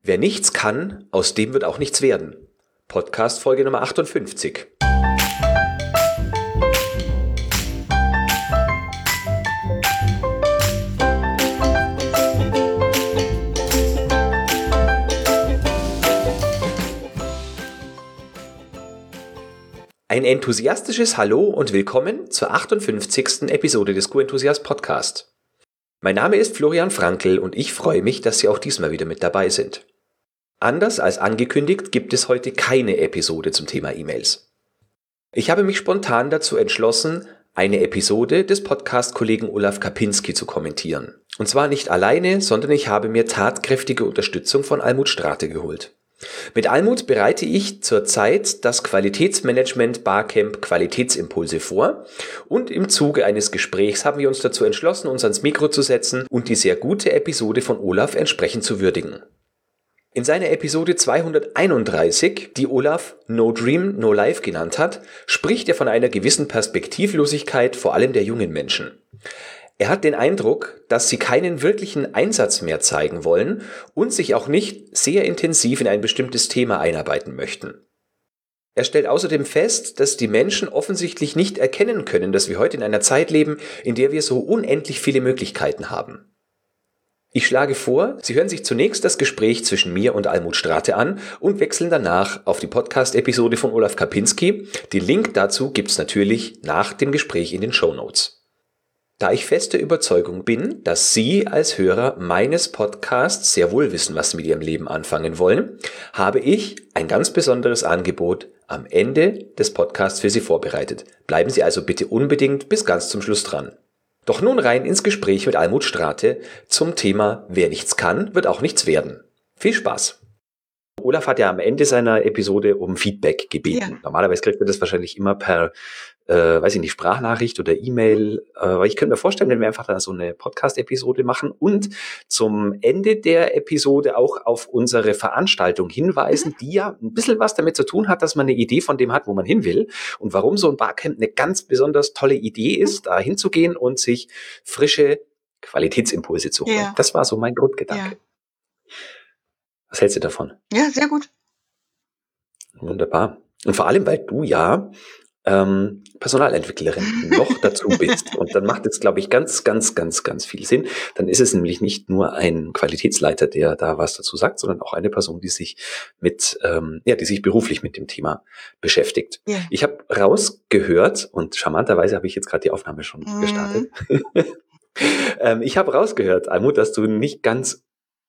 Wer nichts kann, aus dem wird auch nichts werden. Podcast Folge Nummer 58. Ein enthusiastisches Hallo und willkommen zur 58. Episode des Q-Enthusiast Podcast. Mein Name ist Florian Frankl und ich freue mich, dass Sie auch diesmal wieder mit dabei sind. Anders als angekündigt gibt es heute keine Episode zum Thema E-Mails. Ich habe mich spontan dazu entschlossen, eine Episode des Podcast-Kollegen Olaf Kapinski zu kommentieren. Und zwar nicht alleine, sondern ich habe mir tatkräftige Unterstützung von Almuth Strate geholt. Mit Almuth bereite ich zurzeit das Qualitätsmanagement Barcamp Qualitätsimpulse vor und im Zuge eines Gesprächs haben wir uns dazu entschlossen, uns ans Mikro zu setzen und die sehr gute Episode von Olaf entsprechend zu würdigen. In seiner Episode 231, die Olaf No Dream, No Life genannt hat, spricht er von einer gewissen Perspektivlosigkeit vor allem der jungen Menschen. Er hat den Eindruck, dass sie keinen wirklichen Einsatz mehr zeigen wollen und sich auch nicht sehr intensiv in ein bestimmtes Thema einarbeiten möchten. Er stellt außerdem fest, dass die Menschen offensichtlich nicht erkennen können, dass wir heute in einer Zeit leben, in der wir so unendlich viele Möglichkeiten haben. Ich schlage vor, Sie hören sich zunächst das Gespräch zwischen mir und Almuth Strate an und wechseln danach auf die Podcast-Episode von Olaf Kapinski. Den Link dazu gibt's natürlich nach dem Gespräch in den Shownotes. Da ich feste Überzeugung bin, dass Sie als Hörer meines Podcasts sehr wohl wissen, was Sie mit Ihrem Leben anfangen wollen, habe ich ein ganz besonderes Angebot am Ende des Podcasts für Sie vorbereitet. Bleiben Sie also bitte unbedingt bis ganz zum Schluss dran. Doch nun rein ins Gespräch mit Almuth Strate zum Thema Wer nichts kann, wird auch nichts werden. Viel Spaß! Olaf hat ja am Ende seiner Episode um Feedback gebeten. Ja. Normalerweise kriegt er das wahrscheinlich immer per Sprachnachricht oder E-Mail. Aber ich könnte mir vorstellen, wenn wir einfach da so eine Podcast-Episode machen und zum Ende der Episode auch auf unsere Veranstaltung hinweisen, die ja ein bisschen was damit zu tun hat, dass man eine Idee von dem hat, wo man hin will und warum so ein Barcamp eine ganz besonders tolle Idee ist, da hinzugehen und sich frische Qualitätsimpulse zu holen. Ja. Das war so mein Grundgedanke. Ja. Was hältst du davon? Ja, sehr gut. Wunderbar. Und vor allem, weil du ja Personalentwicklerin noch dazu bist. Und dann macht es, glaube ich, ganz viel Sinn. Dann ist es nämlich nicht nur ein Qualitätsleiter, der da was dazu sagt, sondern auch eine Person, die sich die sich beruflich mit dem Thema beschäftigt. Yeah. Ich habe rausgehört, und charmanterweise habe ich jetzt gerade die Aufnahme schon gestartet. Ich habe rausgehört, Almuth, dass du nicht ganz,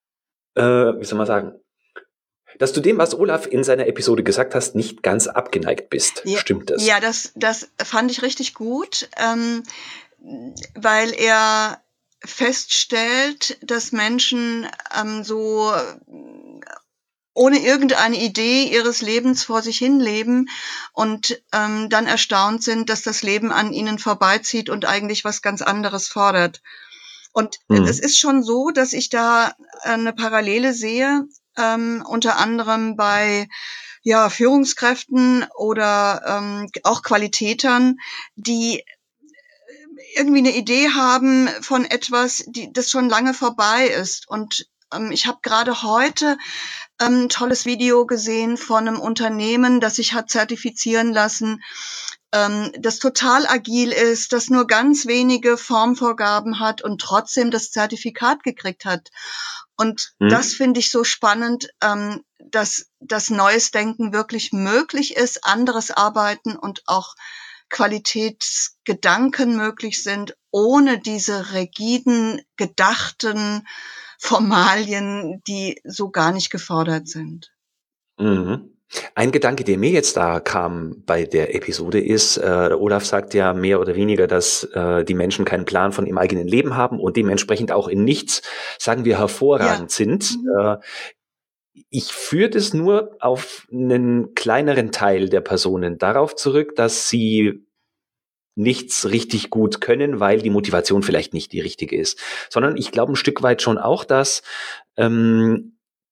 dass du dem, was Olaf in seiner Episode gesagt hast, nicht ganz abgeneigt bist. Ja, stimmt das? Ja, das fand ich richtig gut, weil er feststellt, dass Menschen so ohne irgendeine Idee ihres Lebens vor sich hin leben und dann erstaunt sind, dass das Leben an ihnen vorbeizieht und eigentlich was ganz anderes fordert. Und es ist schon so, dass ich da eine Parallele sehe, unter anderem bei Führungskräften oder auch Qualitätern, die irgendwie eine Idee haben von etwas, das schon lange vorbei ist. Und ich habe gerade heute ein tolles Video gesehen von einem Unternehmen, das sich hat zertifizieren lassen, das total agil ist, das nur ganz wenige Formvorgaben hat und trotzdem das Zertifikat gekriegt hat. Und das finde ich so spannend, dass das neues Denken wirklich möglich ist, anderes Arbeiten und auch Qualitätsgedanken möglich sind, ohne diese rigiden, gedachten Formalien, die so gar nicht gefordert sind. Mhm. Ein Gedanke, der mir jetzt da kam bei der Episode ist, Olaf sagt ja mehr oder weniger, dass die Menschen keinen Plan von ihrem eigenen Leben haben und dementsprechend auch in nichts, sagen wir, hervorragend sind. Ich führe das nur auf einen kleineren Teil der Personen darauf zurück, dass sie nichts richtig gut können, weil die Motivation vielleicht nicht die richtige ist. Sondern ich glaube ein Stück weit schon auch, dass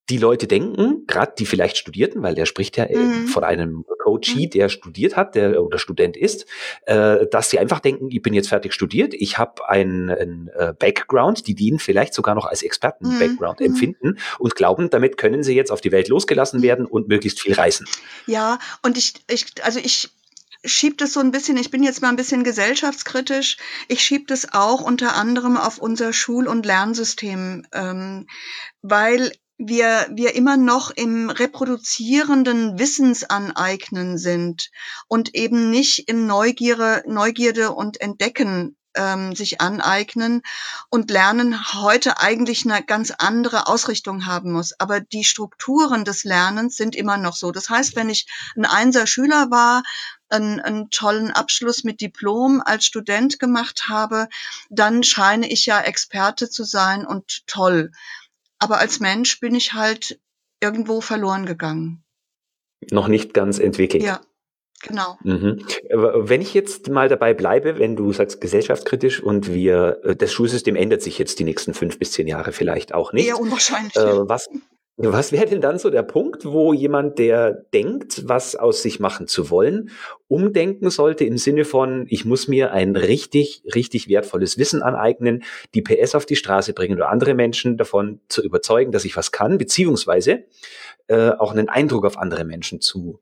die Leute denken, gerade die vielleicht Studierten, weil der spricht ja von einem Coachee, der studiert hat, der oder Student ist, dass sie einfach denken, ich bin jetzt fertig studiert, ich habe einen Background, die ihn vielleicht sogar noch als Experten-Background empfinden und glauben, damit können sie jetzt auf die Welt losgelassen werden und möglichst viel reißen. Ja, und ich schiebe das so ein bisschen, ich bin jetzt mal ein bisschen gesellschaftskritisch, ich schiebe das auch unter anderem auf unser Schul- und Lernsystem, weil wir immer noch im reproduzierenden Wissensaneignen sind und eben nicht im Neugierde und Entdecken sich aneignen und Lernen heute eigentlich eine ganz andere Ausrichtung haben muss. Aber die Strukturen des Lernens sind immer noch so. Das heißt, wenn ich ein Einser-Schüler war, einen tollen Abschluss mit Diplom als Student gemacht habe, dann scheine ich ja Experte zu sein und toll. Aber als Mensch bin ich halt irgendwo verloren gegangen. Noch nicht ganz entwickelt. Ja, genau. Wenn ich jetzt mal dabei bleibe, wenn du sagst gesellschaftskritisch und das Schulsystem ändert sich jetzt die nächsten 5 bis 10 Jahre vielleicht auch nicht. Eher unwahrscheinlich. Was wäre denn dann so der Punkt, wo jemand, der denkt, was aus sich machen zu wollen, umdenken sollte im Sinne von, ich muss mir ein richtig, richtig wertvolles Wissen aneignen, die PS auf die Straße bringen oder andere Menschen davon zu überzeugen, dass ich was kann, beziehungsweise auch einen Eindruck auf andere Menschen zu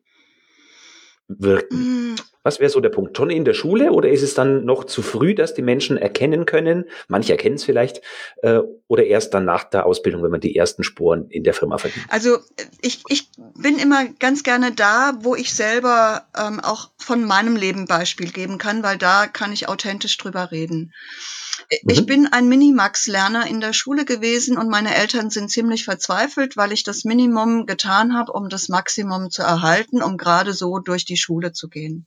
wirken. Was wäre so der Punkt? Schon in der Schule oder ist es dann noch zu früh, dass die Menschen erkennen können? Manche erkennen es vielleicht oder erst dann nach der Ausbildung, wenn man die ersten Sporen in der Firma verdient? Also ich bin immer ganz gerne da, wo ich selber auch von meinem Leben Beispiel geben kann, weil da kann ich authentisch drüber reden. Ich bin ein Minimax-Lerner in der Schule gewesen und meine Eltern sind ziemlich verzweifelt, weil ich das Minimum getan habe, um das Maximum zu erhalten, um gerade so durch die Schule zu gehen.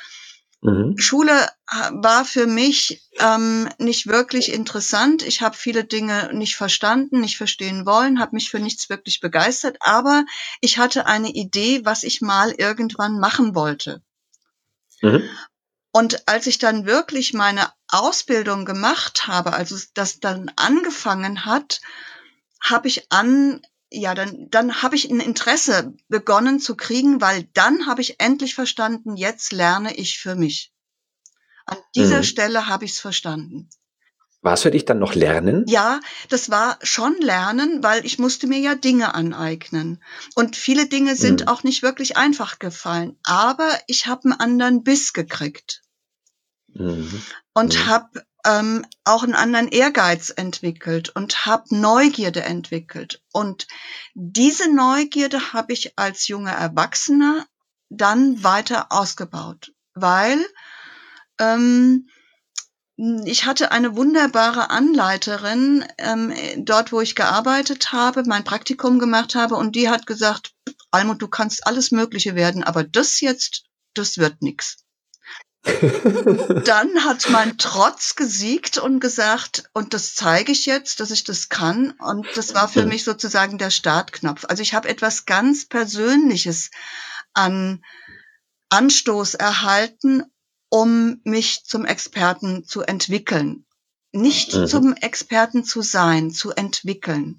Schule war für mich nicht wirklich interessant. Ich habe viele Dinge nicht verstanden, nicht verstehen wollen, habe mich für nichts wirklich begeistert, aber ich hatte eine Idee, was ich mal irgendwann machen wollte. Und als ich dann wirklich meine Ausbildung gemacht habe, also das dann angefangen hat, habe ich dann habe ich ein Interesse begonnen zu kriegen, weil dann habe ich endlich verstanden, jetzt lerne ich für mich. An dieser Stelle habe ich es verstanden. War es für dich dann noch Lernen? Ja, das war schon Lernen, weil ich musste mir ja Dinge aneignen. Und viele Dinge sind auch nicht wirklich einfach gefallen. Aber ich habe einen anderen Biss gekriegt. Und habe auch einen anderen Ehrgeiz entwickelt und habe Neugierde entwickelt. Und diese Neugierde habe ich als junger Erwachsener dann weiter ausgebaut, weil ich hatte eine wunderbare Anleiterin dort, wo ich gearbeitet habe, mein Praktikum gemacht habe, und die hat gesagt, Almut, du kannst alles Mögliche werden, aber das wird nix. Dann hat mein Trotz gesiegt und gesagt, und das zeige ich jetzt, dass ich das kann. Und das war für mich sozusagen der Startknopf. Also ich habe etwas ganz Persönliches an Anstoß erhalten, um mich zum Experten zu entwickeln. Nicht zum Experten zu sein, zu entwickeln.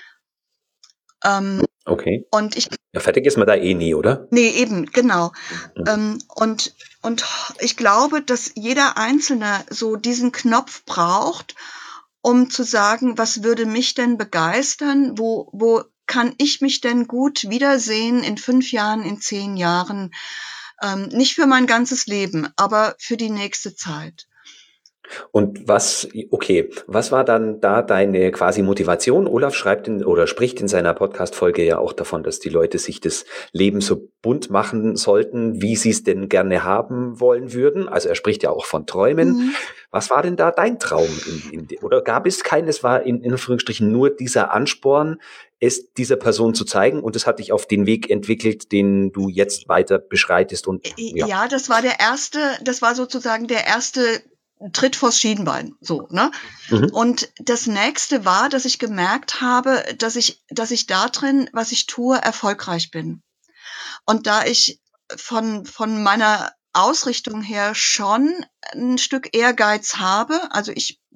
Okay. Und ja, fertig ist man da eh nie, oder? Nee, eben, genau. Und ich glaube, dass jeder Einzelne so diesen Knopf braucht, um zu sagen, was würde mich denn begeistern? Wo kann ich mich denn gut wiedersehen in 5 Jahren, in 10 Jahren? Nicht für mein ganzes Leben, aber für die nächste Zeit. Und was war dann da deine quasi Motivation? Olaf spricht in seiner Podcast-Folge ja auch davon, dass die Leute sich das Leben so bunt machen sollten, wie sie es denn gerne haben wollen würden. Also er spricht ja auch von Träumen. Was war denn da dein Traum? Oder gab es keinen? Es war in Anführungsstrichen nur dieser Ansporn, es dieser Person zu zeigen, und es hat dich auf den Weg entwickelt, den du jetzt weiter beschreitest. Und ja, das war sozusagen der erste Tritt vors Schienbein, so, ne? Und das nächste war, dass ich gemerkt habe, dass ich da drin, was ich tue, erfolgreich bin. Und da ich von meiner Ausrichtung her schon ein Stück Ehrgeiz habe, also ich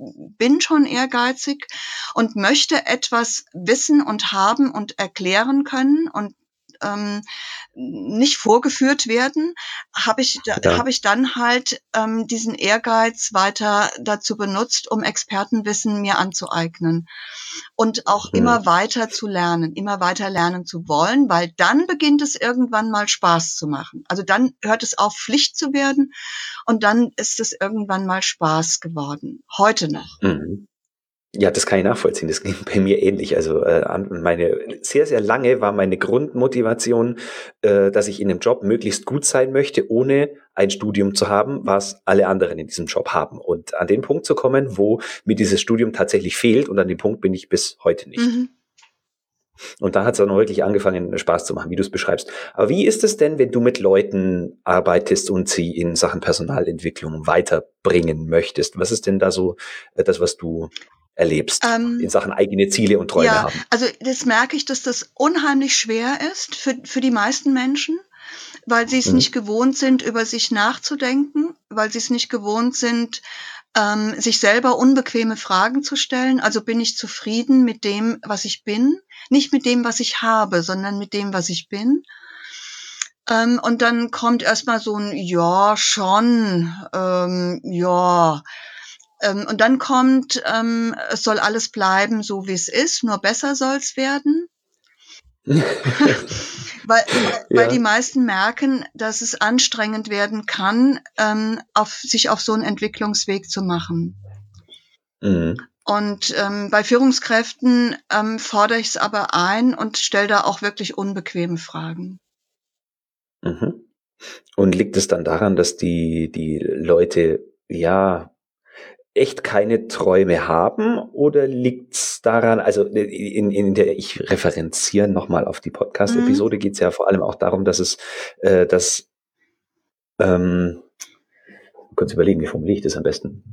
bin schon ehrgeizig und möchte etwas wissen und haben und erklären können und nicht vorgeführt werden, habe ich dann halt diesen Ehrgeiz weiter dazu benutzt, um Expertenwissen mir anzueignen und auch immer weiter zu lernen, immer weiter lernen zu wollen, weil dann beginnt es irgendwann mal Spaß zu machen. Also dann hört es auf, Pflicht zu werden und dann ist es irgendwann mal Spaß geworden. Heute noch. Mhm. Ja, das kann ich nachvollziehen. Das ging bei mir ähnlich. Also sehr, sehr lange war meine Grundmotivation, dass ich in dem Job möglichst gut sein möchte, ohne ein Studium zu haben, was alle anderen in diesem Job haben. Und an den Punkt zu kommen, wo mir dieses Studium tatsächlich fehlt, und an dem Punkt bin ich bis heute nicht. Mhm. Und da hat es dann wirklich angefangen, Spaß zu machen, wie du es beschreibst. Aber wie ist es denn, wenn du mit Leuten arbeitest und sie in Sachen Personalentwicklung weiterbringen möchtest? Was ist denn da so das, was du erlebst in Sachen eigene Ziele und Träume haben? Also das merke ich, dass das unheimlich schwer ist für die meisten Menschen, weil sie es nicht gewohnt sind, über sich nachzudenken, weil sie es nicht gewohnt sind, sich selber unbequeme Fragen zu stellen. Also bin ich zufrieden mit dem, was ich bin, nicht mit dem, was ich habe, sondern mit dem, was ich bin. Und dann kommt erstmal so ein Ja, schon, ja. Und dann kommt, es soll alles bleiben, so wie es ist, nur besser soll's werden. Weil die meisten merken, dass es anstrengend werden kann, sich auf so einen Entwicklungsweg zu machen. Mhm. Und bei Führungskräften fordere ich es aber ein und stelle da auch wirklich unbequeme Fragen. Mhm. Und liegt es dann daran, dass die Leute echt keine Träume haben, oder liegt es daran, also ich referenziere nochmal auf die Podcast-Episode, geht es ja vor allem auch darum, dass es kurz überlegen, wie formuliere ich das am besten?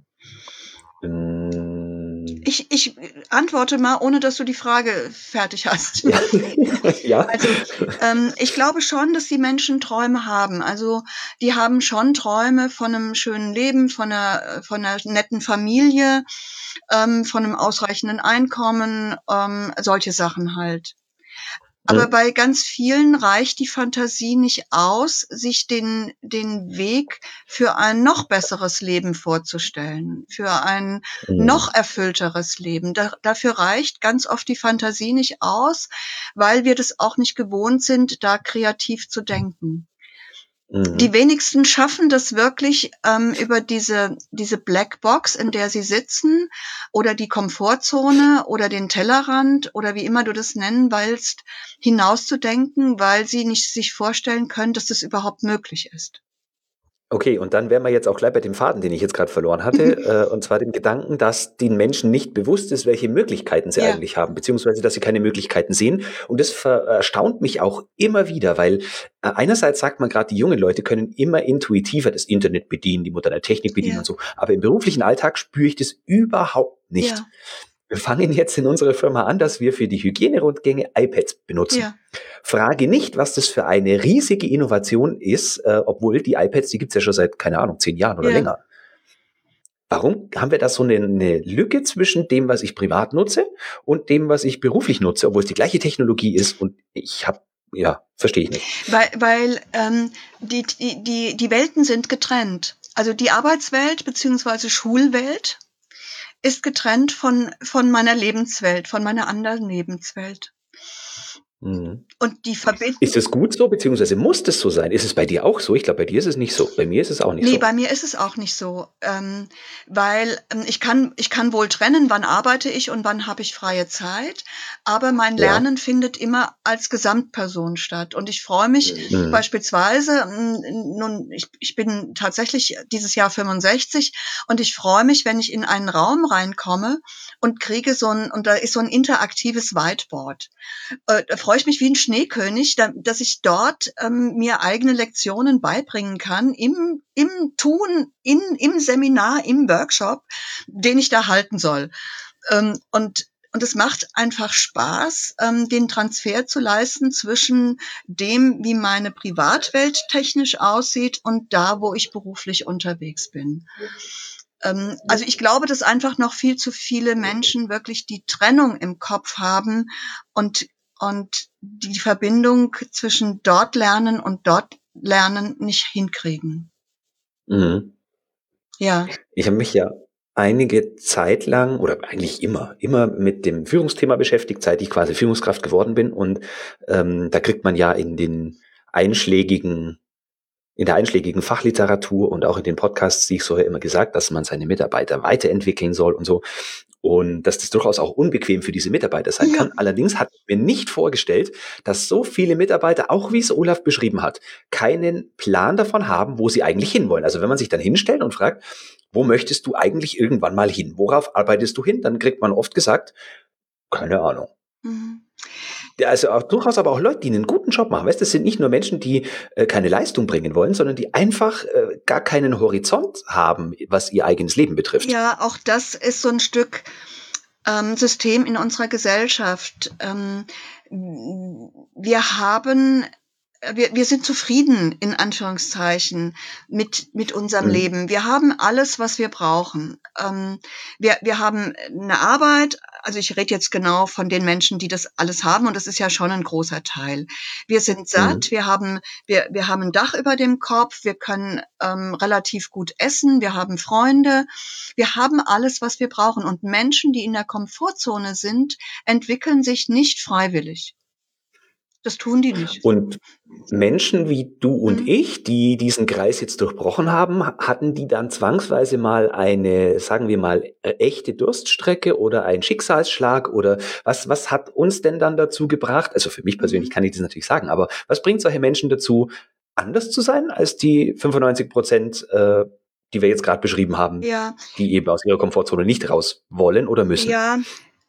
Ich antworte mal, ohne dass du die Frage fertig hast. Ja. Also ich glaube schon, dass die Menschen Träume haben. Also die haben schon Träume von einem schönen Leben, von einer netten Familie, von einem ausreichenden Einkommen, solche Sachen halt. Aber bei ganz vielen reicht die Fantasie nicht aus, sich den Weg für ein noch besseres Leben vorzustellen, für ein noch erfüllteres Leben. Dafür reicht ganz oft die Fantasie nicht aus, weil wir das auch nicht gewohnt sind, da kreativ zu denken. Die wenigsten schaffen das wirklich, über diese Blackbox, in der sie sitzen, oder die Komfortzone oder den Tellerrand oder wie immer du das nennen willst, hinauszudenken, weil sie nicht sich vorstellen können, dass das überhaupt möglich ist. Okay, und dann wären wir jetzt auch gleich bei dem Faden, den ich jetzt gerade verloren hatte, und zwar dem Gedanken, dass den Menschen nicht bewusst ist, welche Möglichkeiten sie eigentlich haben, beziehungsweise dass sie keine Möglichkeiten sehen. Und das erstaunt mich auch immer wieder, weil einerseits sagt man gerade, die jungen Leute können immer intuitiver das Internet bedienen, die moderne Technik bedienen und so, aber im beruflichen Alltag spüre ich das überhaupt nicht. Ja. Wir fangen jetzt in unserer Firma an, dass wir für die Hygienerundgänge iPads benutzen. Ja. Frage nicht, was das für eine riesige Innovation ist, obwohl die iPads, die gibt's ja schon seit, keine Ahnung, 10 Jahren oder länger. Warum haben wir da so eine Lücke zwischen dem, was ich privat nutze, und dem, was ich beruflich nutze, obwohl es die gleiche Technologie ist? Und verstehe ich nicht. Weil die Welten sind getrennt. Also die Arbeitswelt beziehungsweise Schulwelt ist getrennt von meiner Lebenswelt, von meiner anderen Lebenswelt. Und die Verbindung. Ist es gut so, beziehungsweise muss das so sein? Ist es bei dir auch so? Ich glaube, bei dir ist es nicht so. Bei mir ist es auch nicht so. Nee, bei mir ist es auch nicht so, weil ich kann wohl trennen, wann arbeite ich und wann habe ich freie Zeit, aber mein Lernen findet immer als Gesamtperson statt. Und ich freue mich beispielsweise, nun, ich bin tatsächlich dieses Jahr 65 und ich freue mich, wenn ich in einen Raum reinkomme und kriege und da ist so ein interaktives Whiteboard. Da freue ich mich wie ein Schneekönig, dass ich dort mir eigene Lektionen beibringen kann im Tun, im Seminar, im Workshop, den ich da halten soll. Und es macht einfach Spaß, den Transfer zu leisten zwischen dem, wie meine Privatwelt technisch aussieht und da, wo ich beruflich unterwegs bin. Also ich glaube, dass einfach noch viel zu viele Menschen wirklich die Trennung im Kopf haben und die Verbindung zwischen dort lernen und dort lernen nicht hinkriegen. Mhm. Ja. Ich habe mich ja einige Zeit lang oder eigentlich immer mit dem Führungsthema beschäftigt, seit ich quasi Führungskraft geworden bin. Und da kriegt man ja in der einschlägigen Fachliteratur und auch in den Podcasts, die ich so immer gesagt, dass man seine Mitarbeiter weiterentwickeln soll und so. Und dass das durchaus auch unbequem für diese Mitarbeiter sein kann. Allerdings hat ich mir nicht vorgestellt, dass so viele Mitarbeiter, auch wie es Olaf beschrieben hat, keinen Plan davon haben, wo sie eigentlich hinwollen. Also wenn man sich dann hinstellt und fragt, wo möchtest du eigentlich irgendwann mal hin? Worauf arbeitest du hin? Dann kriegt man oft gesagt, keine Ahnung. Mhm. Ja, also auch, durchaus aber auch Leute, die einen guten Job machen. Weißt, das sind nicht nur Menschen, die keine Leistung bringen wollen, sondern die einfach gar keinen Horizont haben, was ihr eigenes Leben betrifft. Ja, auch das ist so ein Stück System in unserer Gesellschaft. Wir sind zufrieden, in Anführungszeichen, mit unserem Leben. Wir haben alles, was wir brauchen. Wir haben eine Arbeit, also ich rede jetzt genau von den Menschen, die das alles haben, und das ist ja schon ein großer Teil. Wir sind satt, wir haben ein Dach über dem Kopf, wir können relativ gut essen, wir haben Freunde, wir haben alles, was wir brauchen. Und Menschen, die in der Komfortzone sind, entwickeln sich nicht freiwillig. Das tun die nicht. Und Menschen wie du und ich, die diesen Kreis jetzt durchbrochen haben, hatten die dann zwangsweise mal eine, sagen wir mal, echte Durststrecke oder einen Schicksalsschlag oder was hat uns denn dann dazu gebracht? Also für mich persönlich kann ich das natürlich sagen, aber was bringt solche Menschen dazu, anders zu sein als die 95%, die wir jetzt gerade beschrieben haben, die eben aus ihrer Komfortzone nicht raus wollen oder müssen? Ja,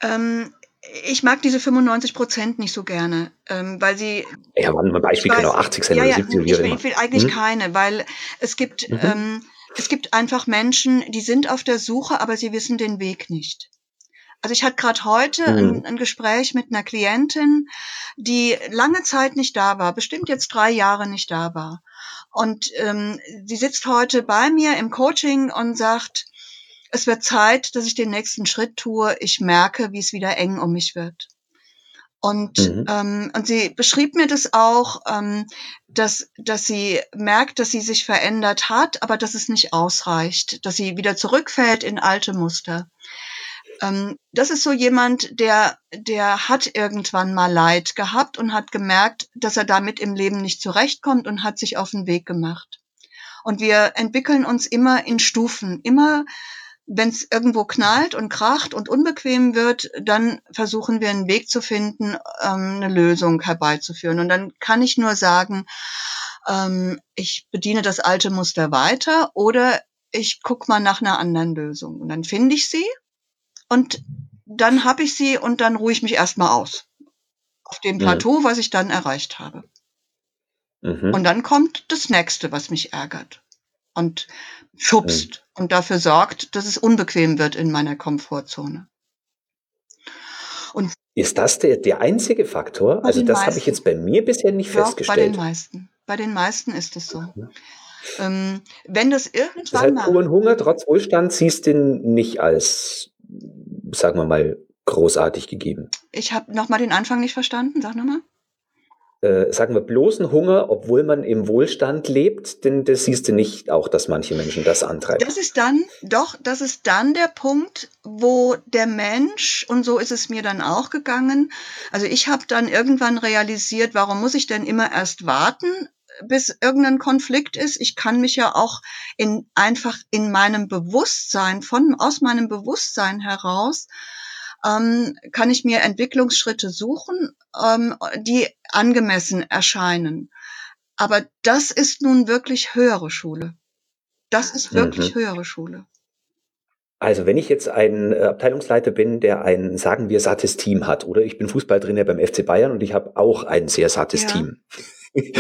ich mag diese 95% nicht so gerne, weil sie... Ja, ein Beispiel kann auch 80 sein oder 70 oder ich will eigentlich keine, weil es gibt einfach Menschen, die sind auf der Suche, aber sie wissen den Weg nicht. Also ich hatte gerade heute ein Gespräch mit einer Klientin, die lange Zeit nicht da war, bestimmt jetzt 3 Jahre nicht da war. Und sie sitzt heute bei mir im Coaching und sagt, es wird Zeit, dass ich den nächsten Schritt tue. Ich merke, wie es wieder eng um mich wird. Und sie beschrieb mir das auch, dass sie merkt, dass sie sich verändert hat, aber dass es nicht ausreicht, dass sie wieder zurückfällt in alte Muster. Das ist so jemand, der hat irgendwann mal Leid gehabt und hat gemerkt, dass er damit im Leben nicht zurechtkommt und hat sich auf den Weg gemacht. Und wir entwickeln uns immer in Stufen. Immer, wenn es irgendwo knallt und kracht und unbequem wird, dann versuchen wir einen Weg zu finden, eine Lösung herbeizuführen. Und dann kann ich nur sagen, ich bediene das alte Muster weiter oder ich gucke mal nach einer anderen Lösung. Und dann finde ich sie und dann habe ich sie und dann ruhe ich mich erstmal aus. Auf dem Plateau, was ich dann erreicht habe. Und dann kommt das Nächste, was mich ärgert und schubst und dafür sorgt, dass es unbequem wird in meiner Komfortzone. Und ist das der einzige Faktor? Also das habe ich jetzt bei mir bisher nicht festgestellt. Bei den meisten ist es so. Wenn das irgendwann das heißt, puren Hunger trotz Wohlstand siehst du nicht als, sagen wir mal, großartig gegeben. Ich habe nochmal den Anfang nicht verstanden. Sag nochmal. Sagen wir bloßen Hunger, obwohl man im Wohlstand lebt, denn das siehst du nicht auch, dass manche Menschen das antreiben. Das ist dann der Punkt, wo der Mensch, und so ist es mir dann auch gegangen, also ich habe dann irgendwann realisiert, warum muss ich denn immer erst warten, bis irgendein Konflikt ist? Ich kann mich ja auch einfach in meinem Bewusstsein, aus meinem Bewusstsein heraus, kann ich mir Entwicklungsschritte suchen, die angemessen erscheinen. Aber das ist nun wirklich höhere Schule. Das ist wirklich höhere Schule. Also wenn ich jetzt ein Abteilungsleiter bin, der ein, sagen wir, sattes Team hat, oder ich bin Fußballtrainer beim FC Bayern und ich habe auch ein sehr sattes Team.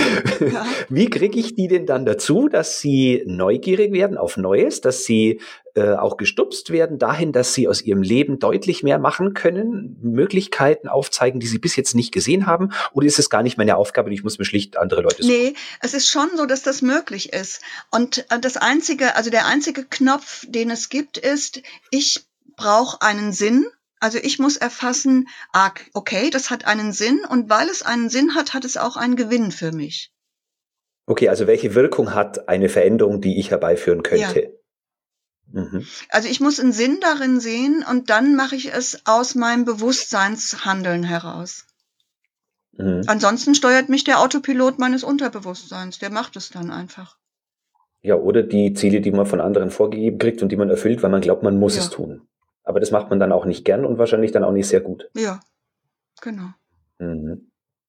Wie kriege ich die denn dann dazu, dass sie neugierig werden auf Neues, dass sie auch gestupst werden dahin, dass sie aus ihrem Leben deutlich mehr machen können, Möglichkeiten aufzeigen, die sie bis jetzt nicht gesehen haben? Oder ist es gar nicht meine Aufgabe, ich muss mir schlicht andere Leute suchen? Nee, es ist schon so, dass das möglich ist. Und der einzige Knopf, den es gibt, ist, ich brauche einen Sinn. Also ich muss erfassen, okay, das hat einen Sinn, und weil es einen Sinn hat, hat es auch einen Gewinn für mich. Okay, also welche Wirkung hat eine Veränderung, die ich herbeiführen könnte? Ja. Also ich muss einen Sinn darin sehen, und dann mache ich es aus meinem Bewusstseinshandeln heraus. Ansonsten steuert mich der Autopilot meines Unterbewusstseins, der macht es dann einfach. Ja, oder die Ziele, die man von anderen vorgegeben kriegt und die man erfüllt, weil man glaubt, man muss es tun. Aber das macht man dann auch nicht gern und wahrscheinlich dann auch nicht sehr gut. Ja, genau. Und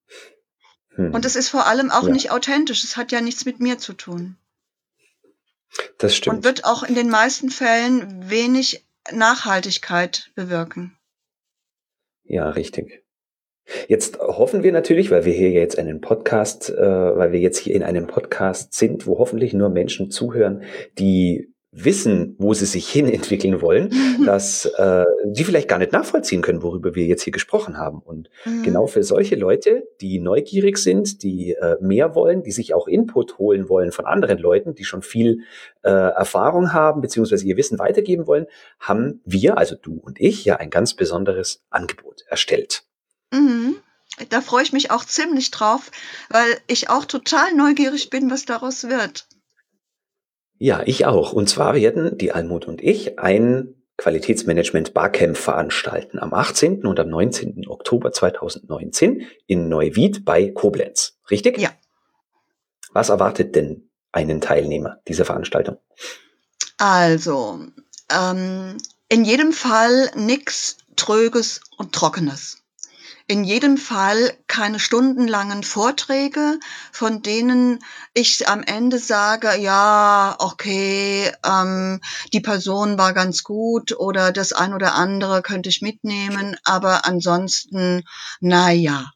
es ist vor allem auch nicht authentisch. Es hat ja nichts mit mir zu tun. Das stimmt. Und wird auch in den meisten Fällen wenig Nachhaltigkeit bewirken. Ja, richtig. Jetzt hoffen wir natürlich, weil wir jetzt hier in einem Podcast sind, wo hoffentlich nur Menschen zuhören, die wissen, wo sie sich hin entwickeln wollen, dass die vielleicht gar nicht nachvollziehen können, worüber wir jetzt hier gesprochen haben. Und genau für solche Leute, die neugierig sind, die mehr wollen, die sich auch Input holen wollen von anderen Leuten, die schon viel Erfahrung haben, beziehungsweise ihr Wissen weitergeben wollen, haben wir, also du und ich, ja ein ganz besonderes Angebot erstellt. Da freue ich mich auch ziemlich drauf, weil ich auch total neugierig bin, was daraus wird. Ja, ich auch. Und zwar werden die Almut und ich ein Qualitätsmanagement-Barcamp veranstalten am 18. und am 19. Oktober 2019 in Neuwied bei Koblenz. Richtig? Ja. Was erwartet denn einen Teilnehmer dieser Veranstaltung? Also, in jedem Fall nichts Tröges und Trockenes. In jedem Fall keine stundenlangen Vorträge, von denen ich am Ende sage, ja, okay, die Person war ganz gut oder das ein oder andere könnte ich mitnehmen, aber ansonsten, naja.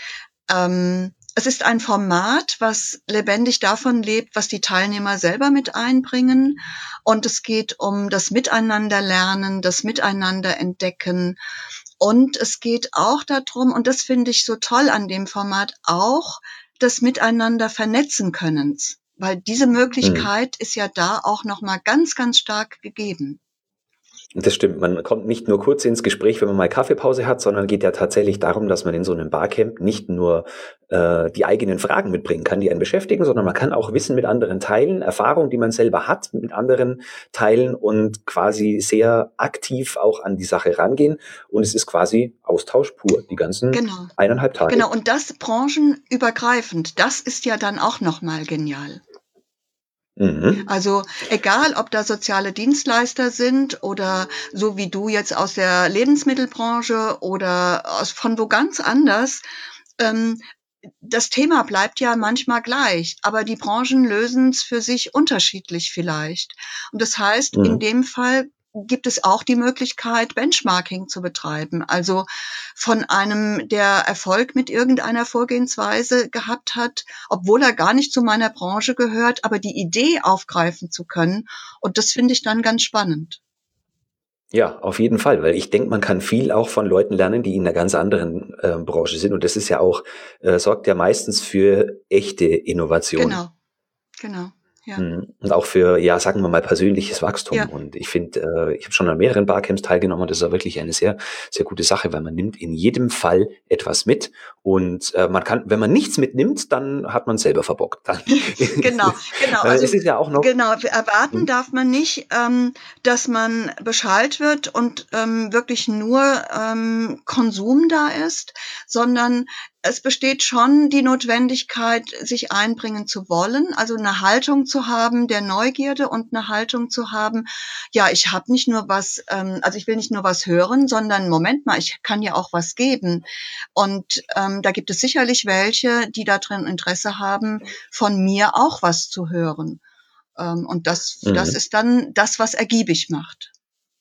Es ist ein Format, was lebendig davon lebt, was die Teilnehmer selber mit einbringen. Und es geht um das Miteinanderlernen, das Miteinander entdecken. Und es geht auch darum, und das finde ich so toll an dem Format auch, das Miteinander vernetzen Könnens. Weil diese Möglichkeit ist ja da auch nochmal ganz, ganz stark gegeben. Das stimmt, man kommt nicht nur kurz ins Gespräch, wenn man mal Kaffeepause hat, sondern geht ja tatsächlich darum, dass man in so einem Barcamp nicht nur die eigenen Fragen mitbringen kann, die einen beschäftigen, sondern man kann auch Wissen mit anderen teilen, Erfahrungen, die man selber hat, mit anderen teilen und quasi sehr aktiv auch an die Sache rangehen. Und es ist quasi Austausch pur, die ganzen 1,5 Tage. Genau, und das branchenübergreifend, das ist ja dann auch nochmal genial. Also egal, ob da soziale Dienstleister sind oder so wie du jetzt aus der Lebensmittelbranche oder von wo ganz anders, das Thema bleibt ja manchmal gleich, aber die Branchen lösen es für sich unterschiedlich vielleicht. Und das heißt, in dem Fall gibt es auch die Möglichkeit, Benchmarking zu betreiben. Also von einem, der Erfolg mit irgendeiner Vorgehensweise gehabt hat, obwohl er gar nicht zu meiner Branche gehört, aber die Idee aufgreifen zu können. Und das finde ich dann ganz spannend. Ja, auf jeden Fall, weil ich denke, man kann viel auch von Leuten lernen, die in einer ganz anderen Branche sind. Und das ist ja auch, sorgt ja meistens für echte Innovation. Genau. Ja. Und auch für, ja, sagen wir mal, persönliches Wachstum. Ja. Und ich finde, ich habe schon an mehreren Barcamps teilgenommen und das ist ja wirklich eine sehr, sehr gute Sache, weil man nimmt in jedem Fall etwas mit und man kann, wenn man nichts mitnimmt, dann hat man es selber verbockt. Dann. Genau. Also, es ist ja auch noch. Genau, erwarten darf man nicht, dass man beschallt wird und wirklich nur Konsum da ist, sondern es besteht schon die Notwendigkeit, sich einbringen zu wollen, also eine Haltung zu haben der Neugierde und eine Haltung zu haben, ja, ich habe nicht nur was, also ich will nicht nur was hören, sondern Moment mal, ich kann ja auch was geben. Und da gibt es sicherlich welche, die darin Interesse haben, von mir auch was zu hören. Und das ist dann das, was ergiebig macht.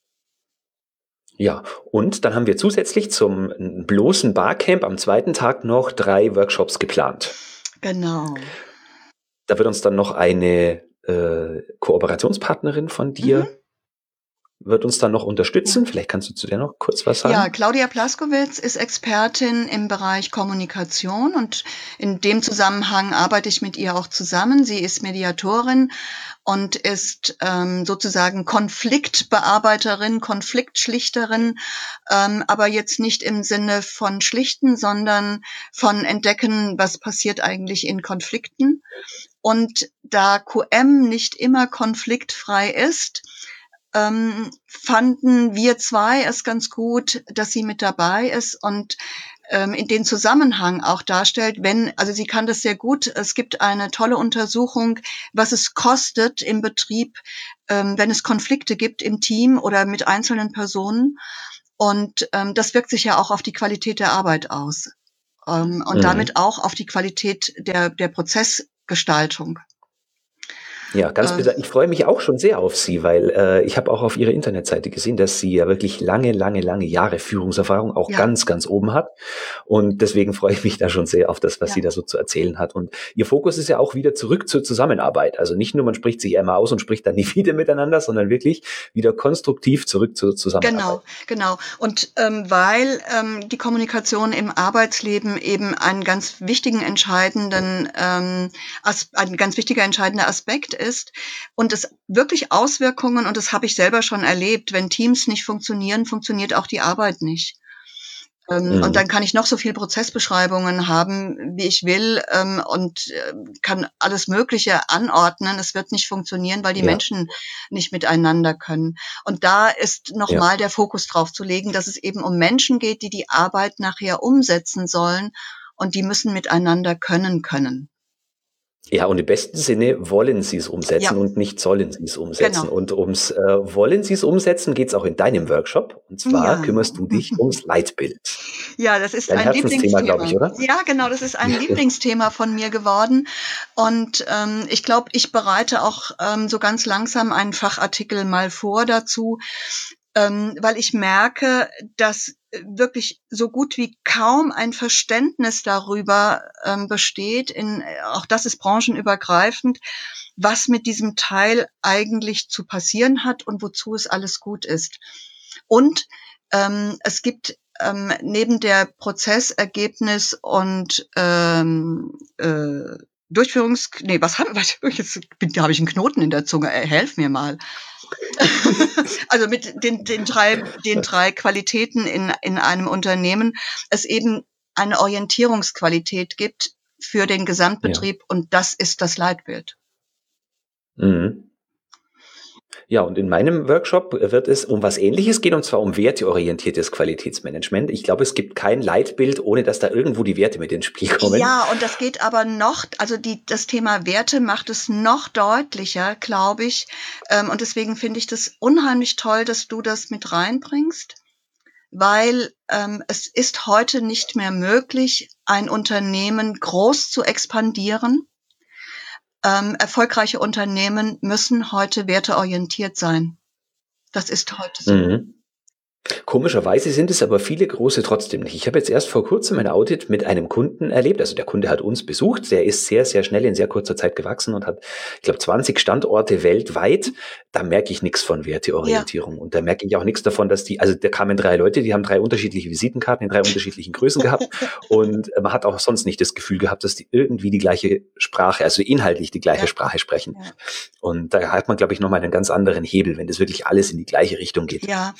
Ja, und dann haben wir zusätzlich zum bloßen Barcamp am zweiten Tag noch 3 Workshops geplant. Genau. Da wird uns dann noch eine Kooperationspartnerin von dir wird uns dann noch unterstützen. Vielleicht kannst du zu der noch kurz was sagen. Ja, Claudia Plaskowitz ist Expertin im Bereich Kommunikation und in dem Zusammenhang arbeite ich mit ihr auch zusammen. Sie ist Mediatorin und ist sozusagen Konfliktbearbeiterin, Konfliktschlichterin, aber jetzt nicht im Sinne von schlichten, sondern von entdecken, was passiert eigentlich in Konflikten. Und da QM nicht immer konfliktfrei ist, fanden wir zwei es ganz gut, dass sie mit dabei ist und in den Zusammenhang auch darstellt, also sie kann das sehr gut. Es gibt eine tolle Untersuchung, was es kostet im Betrieb, wenn es Konflikte gibt im Team oder mit einzelnen Personen. Und das wirkt sich ja auch auf die Qualität der Arbeit aus und damit auch auf die Qualität der Prozessgestaltung. Ja, ganz besonders. Ich freue mich auch schon sehr auf Sie, weil ich habe auch auf Ihrer Internetseite gesehen, dass sie ja wirklich lange Jahre Führungserfahrung auch ganz oben hat. Und deswegen freue ich mich da schon sehr auf das, was sie da so zu erzählen hat. Und Ihr Fokus ist ja auch wieder zurück zur Zusammenarbeit. Also nicht nur, man spricht sich einmal aus und spricht dann nie wieder miteinander, sondern wirklich wieder konstruktiv zurück zur Zusammenarbeit. Genau. Und weil die Kommunikation im Arbeitsleben eben ein ganz wichtiger entscheidender Aspekt ist und es wirklich Auswirkungen, und das habe ich selber schon erlebt, wenn Teams nicht funktionieren, funktioniert auch die Arbeit nicht. Und dann kann ich noch so viel Prozessbeschreibungen haben, wie ich will, und kann alles Mögliche anordnen. Es wird nicht funktionieren, weil die Menschen nicht miteinander können. Und da ist nochmal der Fokus drauf zu legen, dass es eben um Menschen geht, die die Arbeit nachher umsetzen sollen, und die müssen miteinander können. Ja, und im besten Sinne wollen Sie es umsetzen und nicht sollen Sie es umsetzen. Genau. Und ums wollen Sie es umsetzen geht es auch in deinem Workshop. Und zwar kümmerst du dich ums Leitbild. Ja, das ist Dein ein Herzensthema, Lieblingsthema, glaube ich, oder? Ja, genau, das ist ein Lieblingsthema von mir geworden. Und ich glaube, ich bereite auch so ganz langsam einen Fachartikel mal vor dazu, weil ich merke, dass wirklich so gut wie kaum ein Verständnis darüber besteht, auch das ist branchenübergreifend, was mit diesem Teil eigentlich zu passieren hat und wozu es alles gut ist. Und es gibt neben der Prozessergebnis und jetzt habe ich einen Knoten in der Zunge, helf mir mal. Also mit den drei Qualitäten in einem Unternehmen, es eben eine Orientierungsqualität gibt für den Gesamtbetrieb, und das ist das Leitbild. Ja, und in meinem Workshop wird es um was Ähnliches gehen, und zwar um werteorientiertes Qualitätsmanagement. Ich glaube, es gibt kein Leitbild, ohne dass da irgendwo die Werte mit ins Spiel kommen. Ja, und das geht aber noch, also das Thema Werte macht es noch deutlicher, glaube ich. Und deswegen finde ich das unheimlich toll, dass du das mit reinbringst, weil es ist heute nicht mehr möglich, ein Unternehmen groß zu expandieren. Erfolgreiche Unternehmen müssen heute werteorientiert sein. Das ist heute so. Komischerweise sind es aber viele große trotzdem nicht. Ich habe jetzt erst vor kurzem ein Audit mit einem Kunden erlebt. Also der Kunde hat uns besucht. Der ist sehr, sehr schnell in sehr kurzer Zeit gewachsen und hat, ich glaube, 20 Standorte weltweit. Da merke ich nichts von Werteorientierung. Und da merke ich auch nichts davon, dass da kamen 3 Leute, die haben 3 unterschiedliche Visitenkarten in 3 unterschiedlichen Größen gehabt. Und man hat auch sonst nicht das Gefühl gehabt, dass die irgendwie die gleiche Sprache, also inhaltlich die gleiche Sprache sprechen. Ja. Und da hat man, glaube ich, nochmal einen ganz anderen Hebel, wenn das wirklich alles in die gleiche Richtung geht. Ja.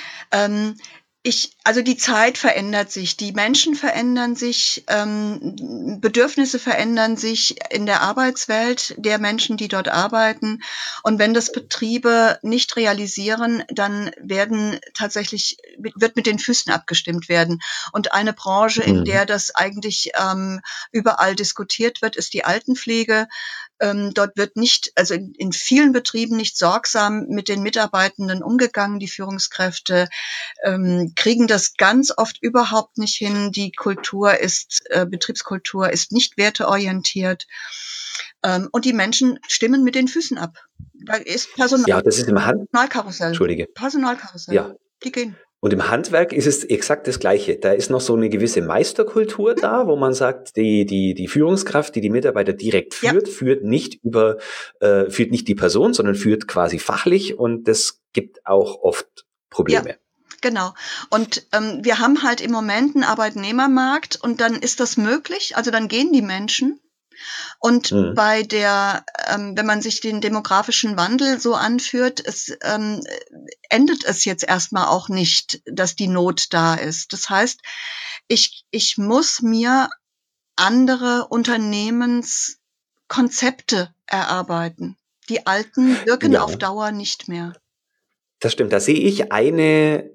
Also die Zeit verändert sich, die Menschen verändern sich, Bedürfnisse verändern sich in der Arbeitswelt der Menschen, die dort arbeiten. Und wenn das Betriebe nicht realisieren, dann wird mit den Füßen abgestimmt werden. Und eine Branche, in der das eigentlich überall diskutiert wird, ist die Altenpflege. Dort wird also in vielen Betrieben nicht sorgsam mit den Mitarbeitenden umgegangen. Die Führungskräfte kriegen das ganz oft überhaupt nicht hin. Die Betriebskultur ist nicht werteorientiert. Und die Menschen stimmen mit den Füßen ab. Da ist Ja, das ist im Personalkarussell. Entschuldige. Personalkarussell. Ja. Die gehen. Und im Handwerk ist es exakt das Gleiche. Da ist noch so eine gewisse Meisterkultur da, wo man sagt, die Führungskraft, die die Mitarbeiter direkt führt, führt nicht die Person, sondern führt quasi fachlich, und das gibt auch oft Probleme. Ja. Genau. Und wir haben halt im Moment einen Arbeitnehmermarkt, und dann ist das möglich. Also dann gehen die Menschen. Und bei wenn man sich den demografischen Wandel so anführt, endet es jetzt erstmal auch nicht, dass die Not da ist. Das heißt, ich muss mir andere Unternehmenskonzepte erarbeiten. Die alten wirken auf Dauer nicht mehr. Das stimmt. Da sehe ich ein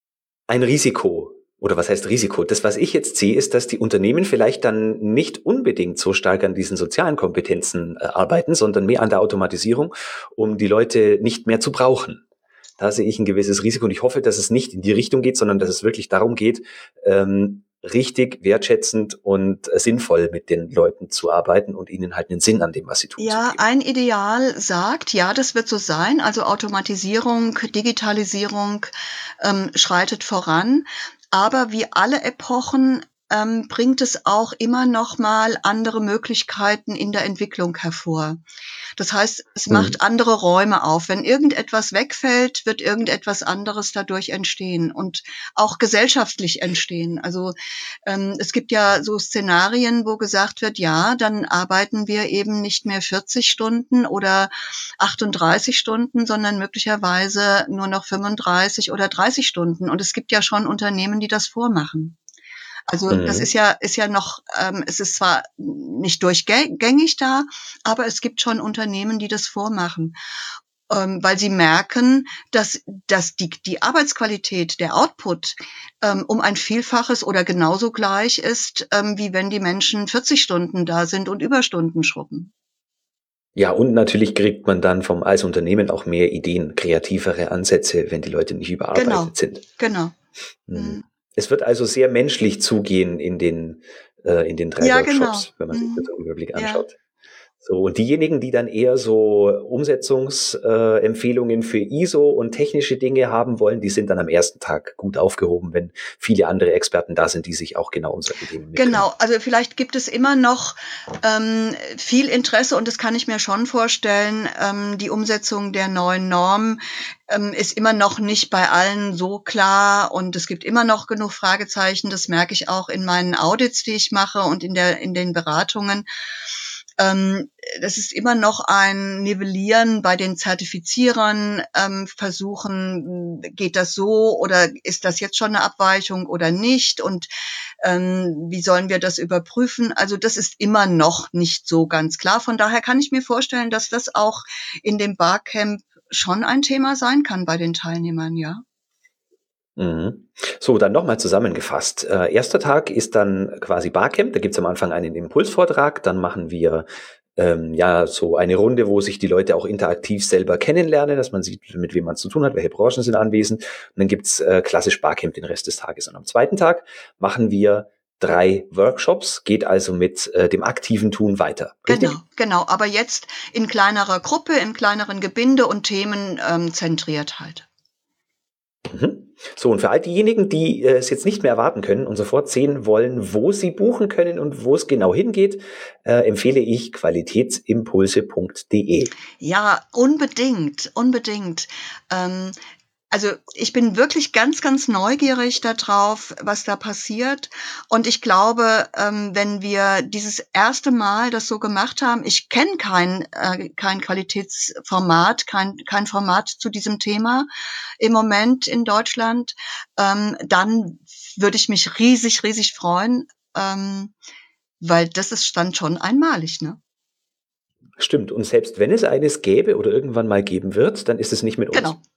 Risiko. Oder was heißt Risiko? Das, was ich jetzt sehe, ist, dass die Unternehmen vielleicht dann nicht unbedingt so stark an diesen sozialen Kompetenzen arbeiten, sondern mehr an der Automatisierung, um die Leute nicht mehr zu brauchen. Da sehe ich ein gewisses Risiko, und ich hoffe, dass es nicht in die Richtung geht, sondern dass es wirklich darum geht, richtig wertschätzend und sinnvoll mit den Leuten zu arbeiten und ihnen halt einen Sinn an dem, was sie tun. Ja, ein Ideal sagt, ja, das wird so sein. Also Automatisierung, Digitalisierung schreitet voran. Aber wie alle Epochen bringt es auch immer noch mal andere Möglichkeiten in der Entwicklung hervor. Das heißt, es macht andere Räume auf. Wenn irgendetwas wegfällt, wird irgendetwas anderes dadurch entstehen und auch gesellschaftlich entstehen. Also es gibt ja so Szenarien, wo gesagt wird, ja, dann arbeiten wir eben nicht mehr 40 Stunden oder 38 Stunden, sondern möglicherweise nur noch 35 oder 30 Stunden. Und es gibt ja schon Unternehmen, die das vormachen. Also das ist ja noch, es ist zwar nicht durchgängig da, aber es gibt schon Unternehmen, die das vormachen, weil sie merken, dass die Arbeitsqualität, der Output um ein Vielfaches oder genauso gleich ist, wie wenn die Menschen 40 Stunden da sind und Überstunden schrubben. Ja, und natürlich kriegt man dann als Unternehmen auch mehr Ideen, kreativere Ansätze, wenn die Leute nicht überarbeitet sind. Genau. Es wird also sehr menschlich zugehen in den 3 Workshops, wenn man sich das im Überblick anschaut. Ja. So, und diejenigen, die dann eher so Umsetzungsempfehlungen für ISO und technische Dinge haben wollen, die sind dann am ersten Tag gut aufgehoben, wenn viele andere Experten da sind, die sich auch genau um solche Themen kümmern. Genau, also vielleicht gibt es immer noch viel Interesse, und das kann ich mir schon vorstellen, die Umsetzung der neuen Norm ist immer noch nicht bei allen so klar, und es gibt immer noch genug Fragezeichen. Das merke ich auch in meinen Audits, die ich mache, und in den Beratungen. Das ist immer noch ein Nivellieren bei den Zertifizierern, versuchen, geht das so oder ist das jetzt schon eine Abweichung oder nicht, und wie sollen wir das überprüfen? Also das ist immer noch nicht so ganz klar. Von daher kann ich mir vorstellen, dass das auch in dem Barcamp schon ein Thema sein kann bei den Teilnehmern, ja. So, dann nochmal zusammengefasst. Erster Tag ist dann quasi Barcamp. Da gibt's am Anfang einen Impulsvortrag. Dann machen wir so eine Runde, wo sich die Leute auch interaktiv selber kennenlernen, dass man sieht, mit wem man zu tun hat, welche Branchen sind anwesend. Und dann gibt's klassisch Barcamp den Rest des Tages. Und am zweiten Tag machen wir 3 Workshops, geht also mit dem aktiven Tun weiter. Richtig? Genau. Aber jetzt in kleinerer Gruppe, in kleineren Gebinde und Themen zentriert halt. So, und für all diejenigen, die es jetzt nicht mehr erwarten können und sofort sehen wollen, wo sie buchen können und wo es genau hingeht, empfehle ich qualitätsimpulse.de. Ja, unbedingt. Also ich bin wirklich ganz, ganz neugierig darauf, was da passiert. Und ich glaube, wenn wir dieses erste Mal das so gemacht haben, ich kenne kein Qualitätsformat, kein Format zu diesem Thema im Moment in Deutschland, dann würde ich mich riesig, riesig freuen, weil das ist dann schon einmalig, ne? Stimmt. Und selbst wenn es eines gäbe oder irgendwann mal geben wird, dann ist es nicht mit uns. Genau.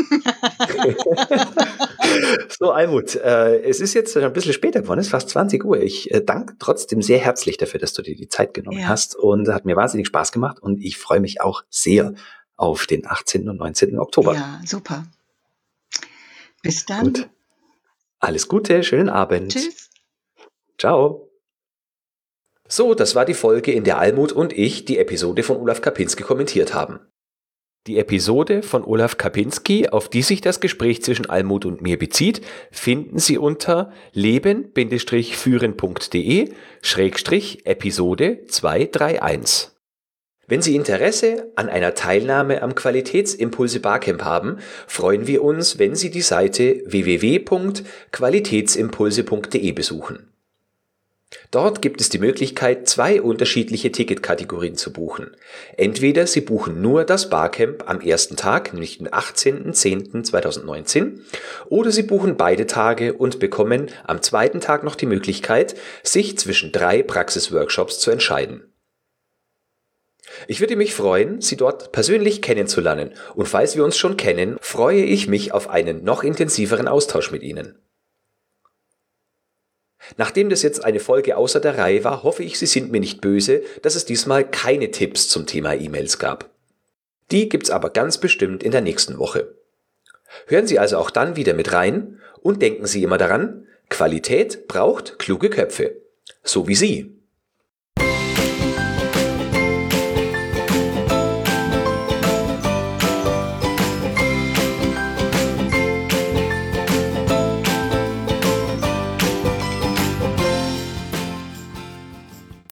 So, Almut, es ist jetzt ein bisschen später geworden, es ist fast 20 Uhr. Ich danke trotzdem sehr herzlich dafür, dass du dir die Zeit genommen hast, und hat mir wahnsinnig Spaß gemacht, und ich freue mich auch sehr auf den 18. und 19. Oktober. Ja, super. Bis dann. Gut. Alles Gute, schönen Abend. Tschüss. Ciao. So, das war die Folge, in der Almut und ich die Episode von Olaf Kapinski kommentiert haben. Die Episode von Olaf Kapinski, auf die sich das Gespräch zwischen Almut und mir bezieht, finden Sie unter leben-führen.de/Episode 231. Wenn Sie Interesse an einer Teilnahme am Qualitätsimpulse Barcamp haben, freuen wir uns, wenn Sie die Seite www.qualitätsimpulse.de besuchen. Dort gibt es die Möglichkeit, 2 unterschiedliche Ticketkategorien zu buchen. Entweder Sie buchen nur das Barcamp am ersten Tag, nämlich den 18.10.2019, oder Sie buchen beide Tage und bekommen am zweiten Tag noch die Möglichkeit, sich zwischen 3 Praxisworkshops zu entscheiden. Ich würde mich freuen, Sie dort persönlich kennenzulernen, und falls wir uns schon kennen, freue ich mich auf einen noch intensiveren Austausch mit Ihnen. Nachdem das jetzt eine Folge außer der Reihe war, hoffe ich, Sie sind mir nicht böse, dass es diesmal keine Tipps zum Thema E-Mails gab. Die gibt's aber ganz bestimmt in der nächsten Woche. Hören Sie also auch dann wieder mit rein und denken Sie immer daran, Qualität braucht kluge Köpfe. So wie Sie.